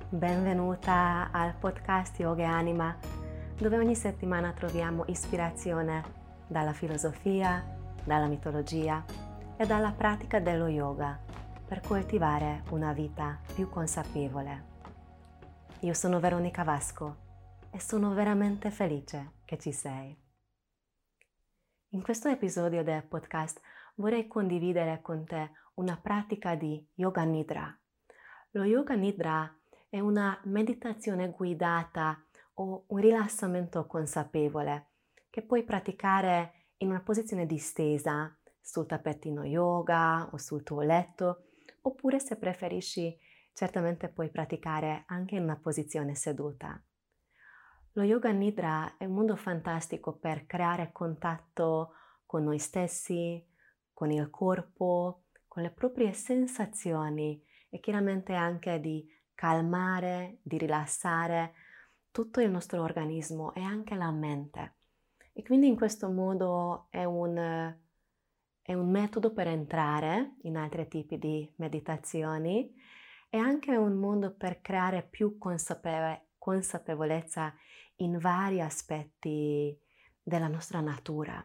Benvenuta al podcast Yoga e Anima, dove ogni settimana troviamo ispirazione dalla filosofia, dalla mitologia e dalla pratica dello yoga per coltivare una vita più consapevole. Io sono Veronica Vasco e sono veramente felice che ci sei. In questo episodio del podcast vorrei condividere con te una pratica di Yoga Nidra. Lo Yoga Nidra è una meditazione guidata o un rilassamento consapevole che puoi praticare in una posizione distesa, sul tappetino yoga o sul tuo letto, oppure se preferisci certamente puoi praticare anche in una posizione seduta. Lo Yoga Nidra è un modo fantastico per creare contatto con noi stessi, con il corpo, con le proprie sensazioni e chiaramente anche di calmare, di rilassare tutto il nostro organismo e anche la mente. E quindi in questo modo è un metodo per entrare in altri tipi di meditazioni e anche un modo per creare più consapevolezza in vari aspetti della nostra natura.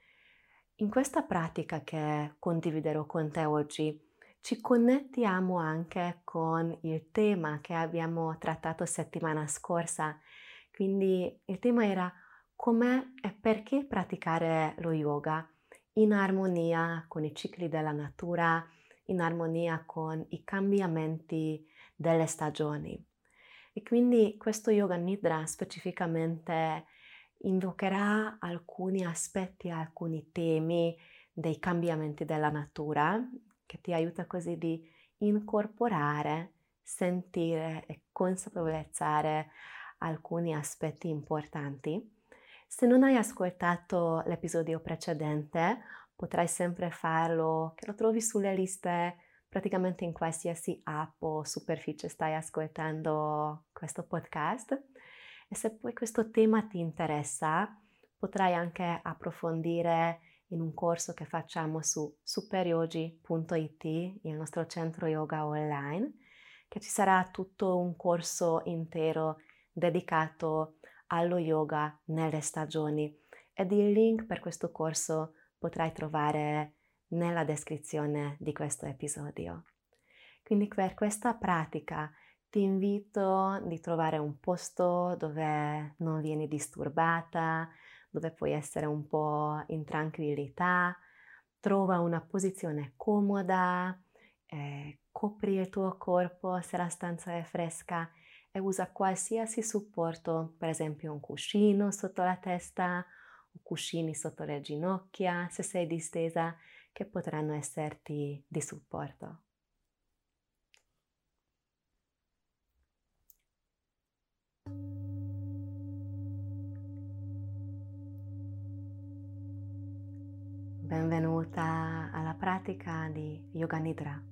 In questa pratica che condividerò con te oggi, ci connettiamo anche con il tema che abbiamo trattato settimana scorsa. Quindi il tema era come e perché praticare lo yoga in armonia con i cicli della natura, in armonia con i cambiamenti delle stagioni. E quindi questo Yoga Nidra specificamente invocherà alcuni aspetti, alcuni temi dei cambiamenti della natura che ti aiuta così di incorporare, sentire e consapevolezziare alcuni aspetti importanti. Se non hai ascoltato l'episodio precedente, potrai sempre farlo, che lo trovi sulle liste praticamente in qualsiasi app o superficie stai ascoltando questo podcast. E se poi questo tema ti interessa, potrai anche approfondire in un corso che facciamo su superyogi.it, il nostro centro yoga online, che ci sarà tutto un corso intero dedicato allo yoga nelle stagioni. Ed il link per questo corso potrai trovare nella descrizione di questo episodio. Quindi per questa pratica ti invito di trovare un posto dove non vieni disturbata, dove puoi essere un po' in tranquillità. Trova una posizione comoda, copri il tuo corpo se la stanza è fresca e usa qualsiasi supporto, per esempio un cuscino sotto la testa o cuscini sotto le ginocchia se sei distesa, che potranno esserti di supporto. Benvenuta alla pratica di Yoga Nidra.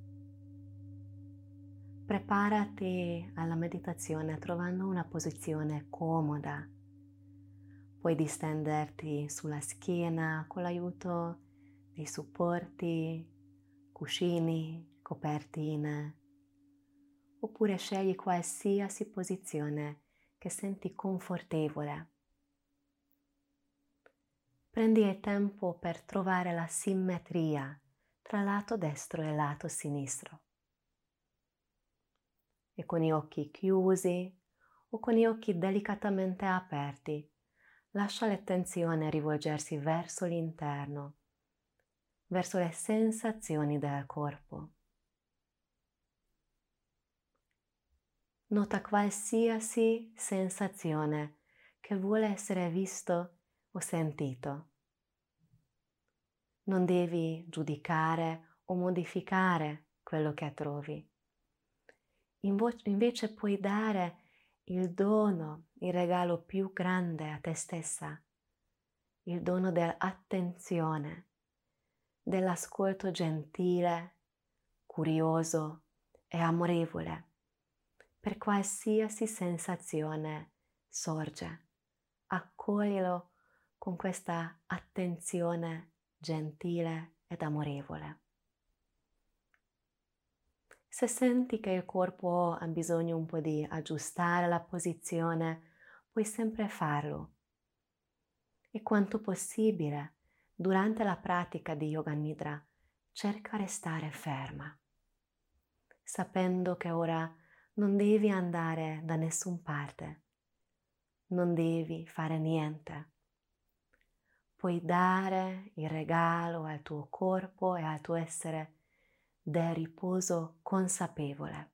Preparati alla meditazione trovando una posizione comoda. Puoi distenderti sulla schiena con l'aiuto dei supporti, cuscini, copertine, oppure scegli qualsiasi posizione che senti confortevole. Prendi il tempo per trovare la simmetria tra lato destro e lato sinistro. E con gli occhi chiusi o con gli occhi delicatamente aperti, lascia l'attenzione rivolgersi verso l'interno, verso le sensazioni del corpo. Nota qualsiasi sensazione che vuole essere visto o sentito. Non devi giudicare o modificare quello che trovi. Invece puoi dare il dono, il regalo più grande a te stessa, il dono dell'attenzione, dell'ascolto gentile, curioso e amorevole per qualsiasi sensazione sorge. Accoglilo con questa attenzione gentile ed amorevole. Se senti che il corpo ha bisogno un po' di aggiustare la posizione, puoi sempre farlo. E quanto possibile, durante la pratica di Yoga Nidra, cerca di restare ferma, sapendo che ora non devi andare da nessun parte, non devi fare niente. Puoi dare il regalo al tuo corpo e al tuo essere del riposo consapevole.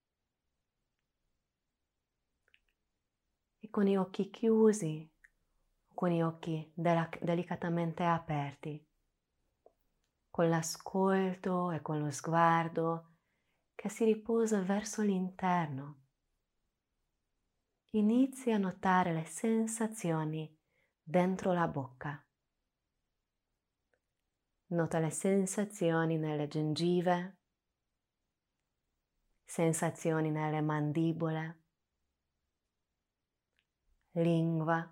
E con gli occhi chiusi, con gli occhi delicatamente aperti, con l'ascolto e con lo sguardo che si riposa verso l'interno, inizi a notare le sensazioni dentro la bocca. Nota le sensazioni nelle gengive, sensazioni nelle mandibole, lingua,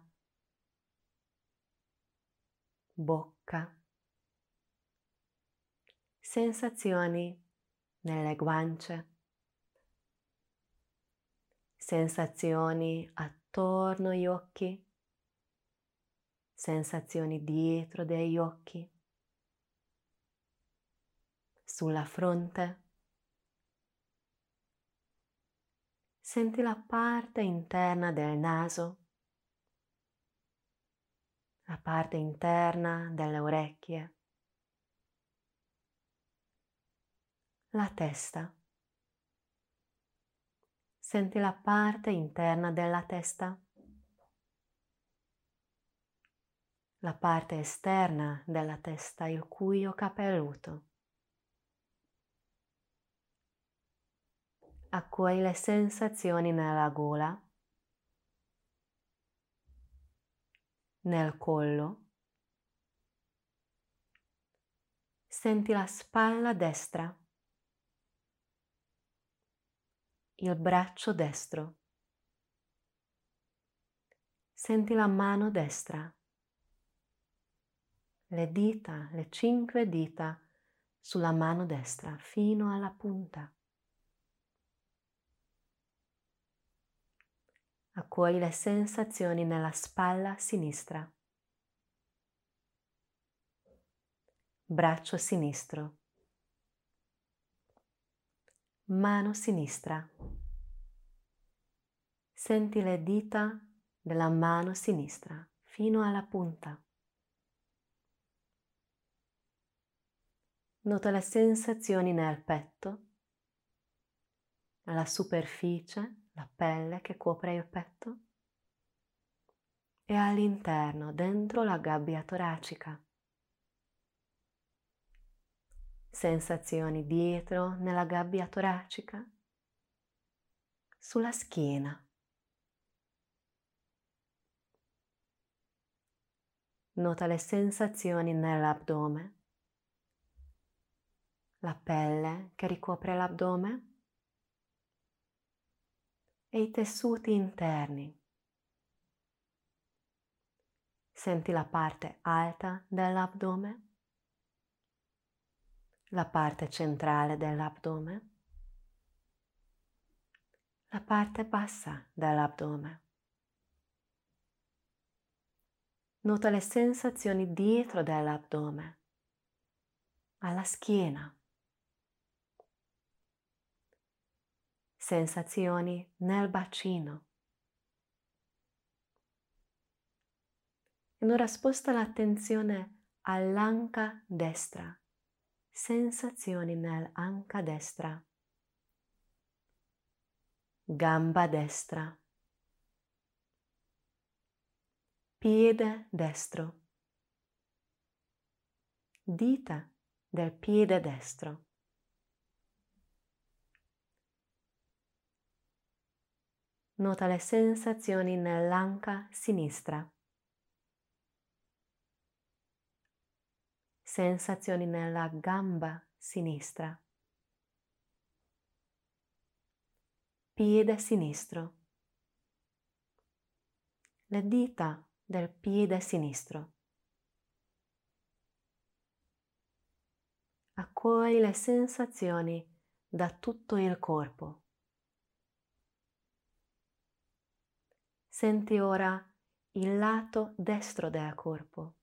bocca, sensazioni nelle guance, sensazioni attorno agli occhi, sensazioni dietro degli occhi, sulla fronte. Senti la parte interna del naso, la parte interna delle orecchie, la testa. Senti la parte interna della testa, la parte esterna della testa, il cuoio capelluto. Accogli le sensazioni nella gola, nel collo. Senti la spalla destra, il braccio destro. Senti la mano destra, le dita, le 5 dita sulla mano destra fino alla punta. Accogli le sensazioni nella spalla sinistra, braccio sinistro, mano sinistra. Senti le dita della mano sinistra fino alla punta. Nota le sensazioni nel petto, nella superficie, la pelle che copre il petto e all'interno, dentro la gabbia toracica. Sensazioni dietro nella gabbia toracica, sulla schiena. Nota le sensazioni nell'addome, la pelle che ricopre l'addome e i tessuti interni. Senti la parte alta dell'addome, la parte centrale dell'addome, la parte bassa dell'addome. Nota le sensazioni dietro dell'addome, alla schiena. Sensazioni nel bacino. E ora sposta l'attenzione all'anca destra. Sensazioni nell'anca destra. Gamba destra. Piede destro. Dita del piede destro. Nota le sensazioni nell'anca sinistra. Sensazioni nella gamba sinistra. Piede sinistro. Le dita del piede sinistro. Accogli le sensazioni da tutto il corpo. Senti ora il lato destro del corpo,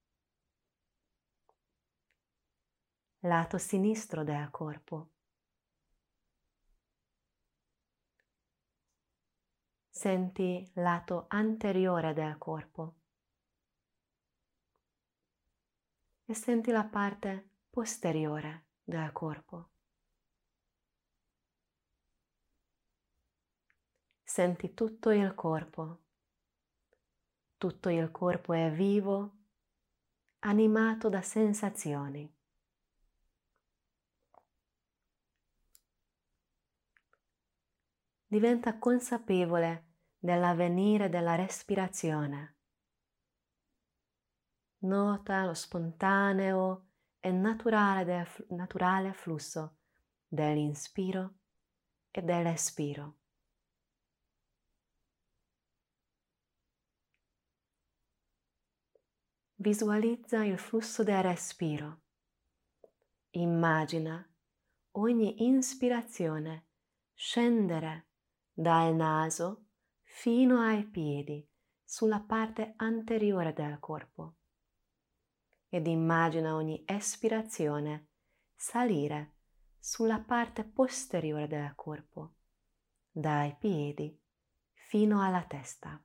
lato sinistro del corpo. Senti lato anteriore del corpo e senti la parte posteriore del corpo. Senti tutto il corpo. Tutto il corpo è vivo, animato da sensazioni. Diventa consapevole dell'avvenire della respirazione. Nota lo spontaneo e naturale flusso dell'inspiro e dell'espiro. Visualizza il flusso del respiro. Immagina ogni ispirazione scendere dal naso fino ai piedi sulla parte anteriore del corpo ed immagina ogni espirazione salire sulla parte posteriore del corpo, dai piedi fino alla testa.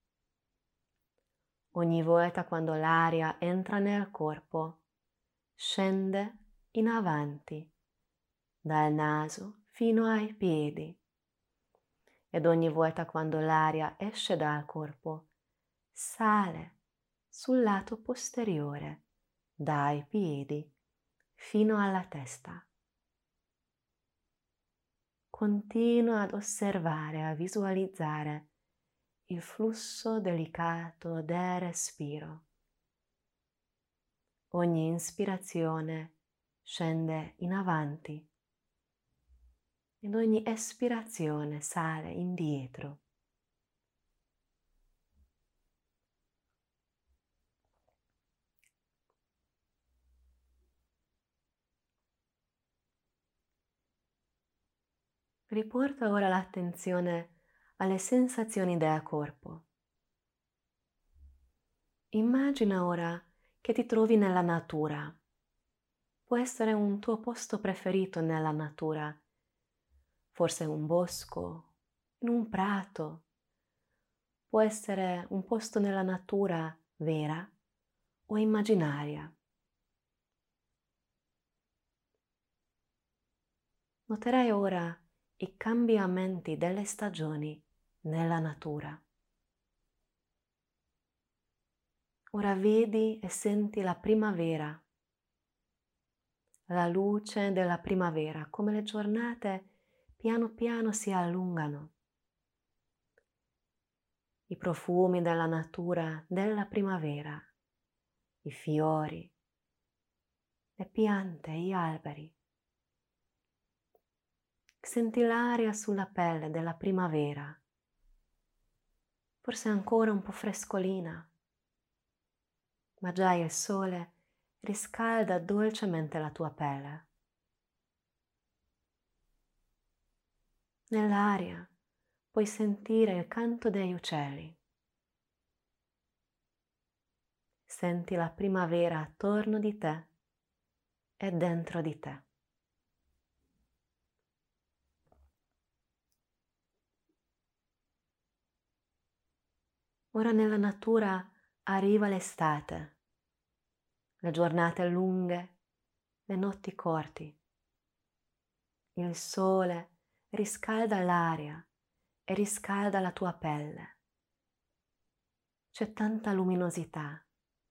Ogni volta quando l'aria entra nel corpo, scende in avanti, dal naso fino ai piedi. Ed ogni volta quando l'aria esce dal corpo, sale sul lato posteriore, dai piedi fino alla testa. Continua ad osservare, a visualizzare il flusso delicato del respiro. Ogni ispirazione scende in avanti ed ogni espirazione sale indietro. Riporta ora l'attenzione alle sensazioni del corpo. Immagina ora che ti trovi nella natura. Può essere un tuo posto preferito nella natura, forse un bosco, in un prato. Può essere un posto nella natura vera o immaginaria. Noterai ora i cambiamenti delle stagioni nella natura. Ora vedi e senti la primavera, la luce della primavera, come le giornate piano piano si allungano. I profumi della natura della primavera, i fiori, le piante, gli alberi. Senti l'aria sulla pelle della primavera, forse ancora un po' frescolina, ma già il sole riscalda dolcemente la tua pelle. Nell'aria puoi sentire il canto degli uccelli. Senti la primavera attorno di te e dentro di te. Ora nella natura arriva l'estate, le giornate lunghe, le notti corti. Il sole riscalda l'aria e riscalda la tua pelle. C'è tanta luminosità.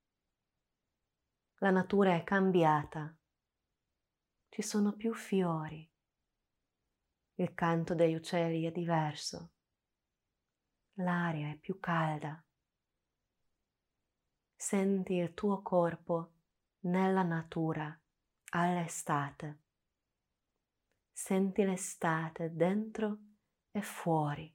La natura è cambiata. Ci sono più fiori. Il canto degli uccelli è diverso. L'aria è più calda. Senti il tuo corpo nella natura all'estate. Senti l'estate dentro e fuori.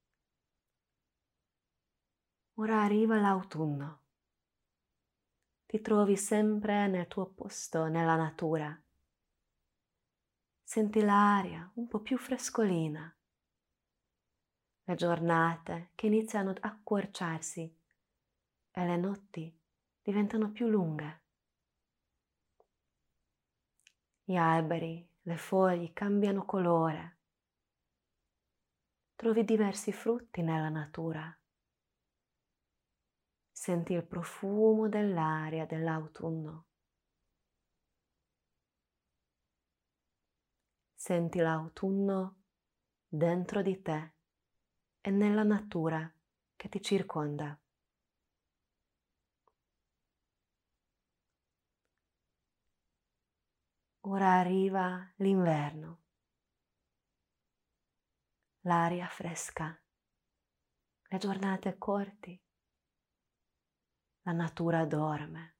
Ora arriva l'autunno. ti trovi sempre nel tuo posto, nella natura. Senti l'aria un po' più frescolina, le giornate che iniziano ad accorciarsi e le notti diventano più lunghe. Gli alberi, le foglie cambiano colore. Trovi diversi frutti nella natura. Senti il profumo dell'aria dell'autunno. Senti l'autunno dentro di te e nella natura che ti circonda. Ora arriva l'inverno, l'aria fresca, le giornate corte, la natura dorme.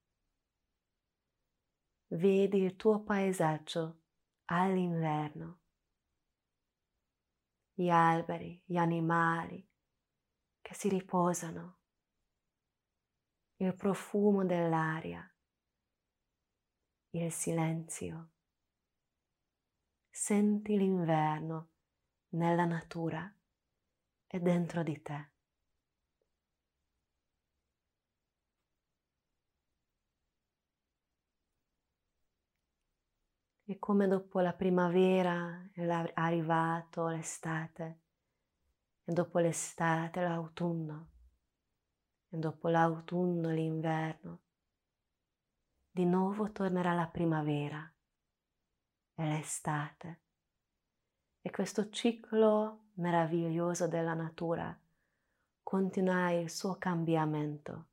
Vedi il tuo paesaggio all'inverno, gli alberi, gli animali che si riposano, il profumo dell'aria, il silenzio. Senti l'inverno nella natura e dentro di te. E come dopo la primavera è arrivato l'estate, e dopo l'estate l'autunno, e dopo l'autunno l'inverno, di nuovo tornerà la primavera e l'estate. E questo ciclo meraviglioso della natura continua il suo cambiamento.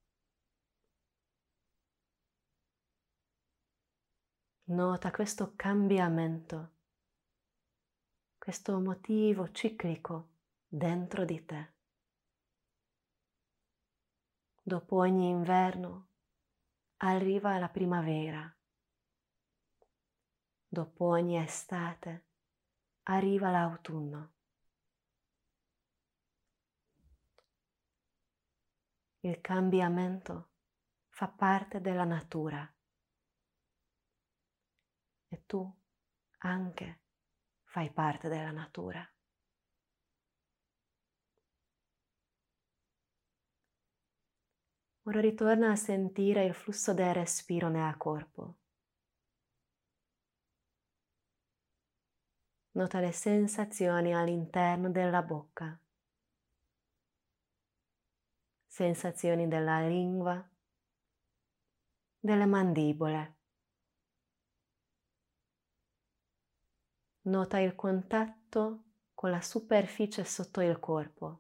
Nota questo cambiamento, questo motivo ciclico dentro di te. Dopo ogni inverno arriva la primavera. Dopo ogni estate arriva l'autunno. Il cambiamento fa parte della natura e tu anche fai parte della natura. Ora ritorna a sentire il flusso del respiro nel corpo. Nota le sensazioni all'interno della bocca, sensazioni della lingua, delle mandibole. Nota il contatto con la superficie sotto il corpo.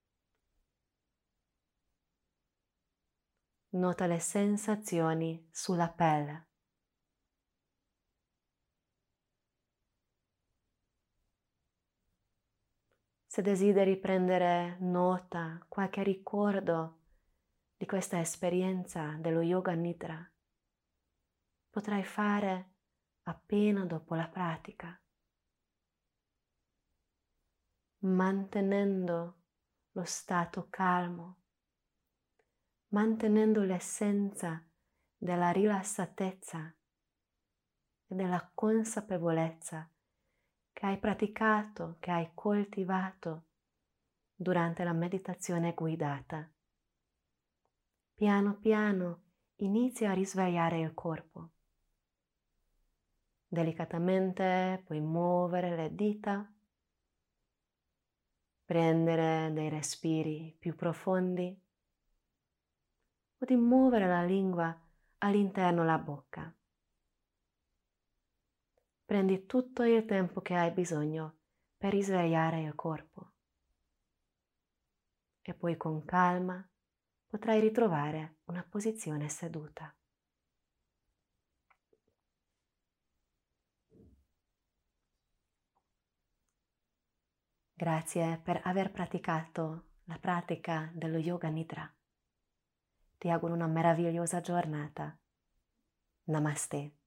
Nota le sensazioni sulla pelle. Se desideri prendere nota, qualche ricordo di questa esperienza dello Yoga Nidra, potrai fare appena dopo la pratica, mantenendo lo stato calmo, mantenendo l'essenza della rilassatezza e della consapevolezza che hai praticato, che hai coltivato durante la meditazione guidata. Piano piano inizia a risvegliare il corpo. Delicatamente puoi muovere le dita, prendere dei respiri più profondi o di muovere la lingua all'interno della bocca. Prendi tutto il tempo che hai bisogno per risvegliare il corpo e poi con calma potrai ritrovare una posizione seduta. Grazie per aver praticato la pratica dello Yoga Nidra. Ti auguro una meravigliosa giornata. Namaste.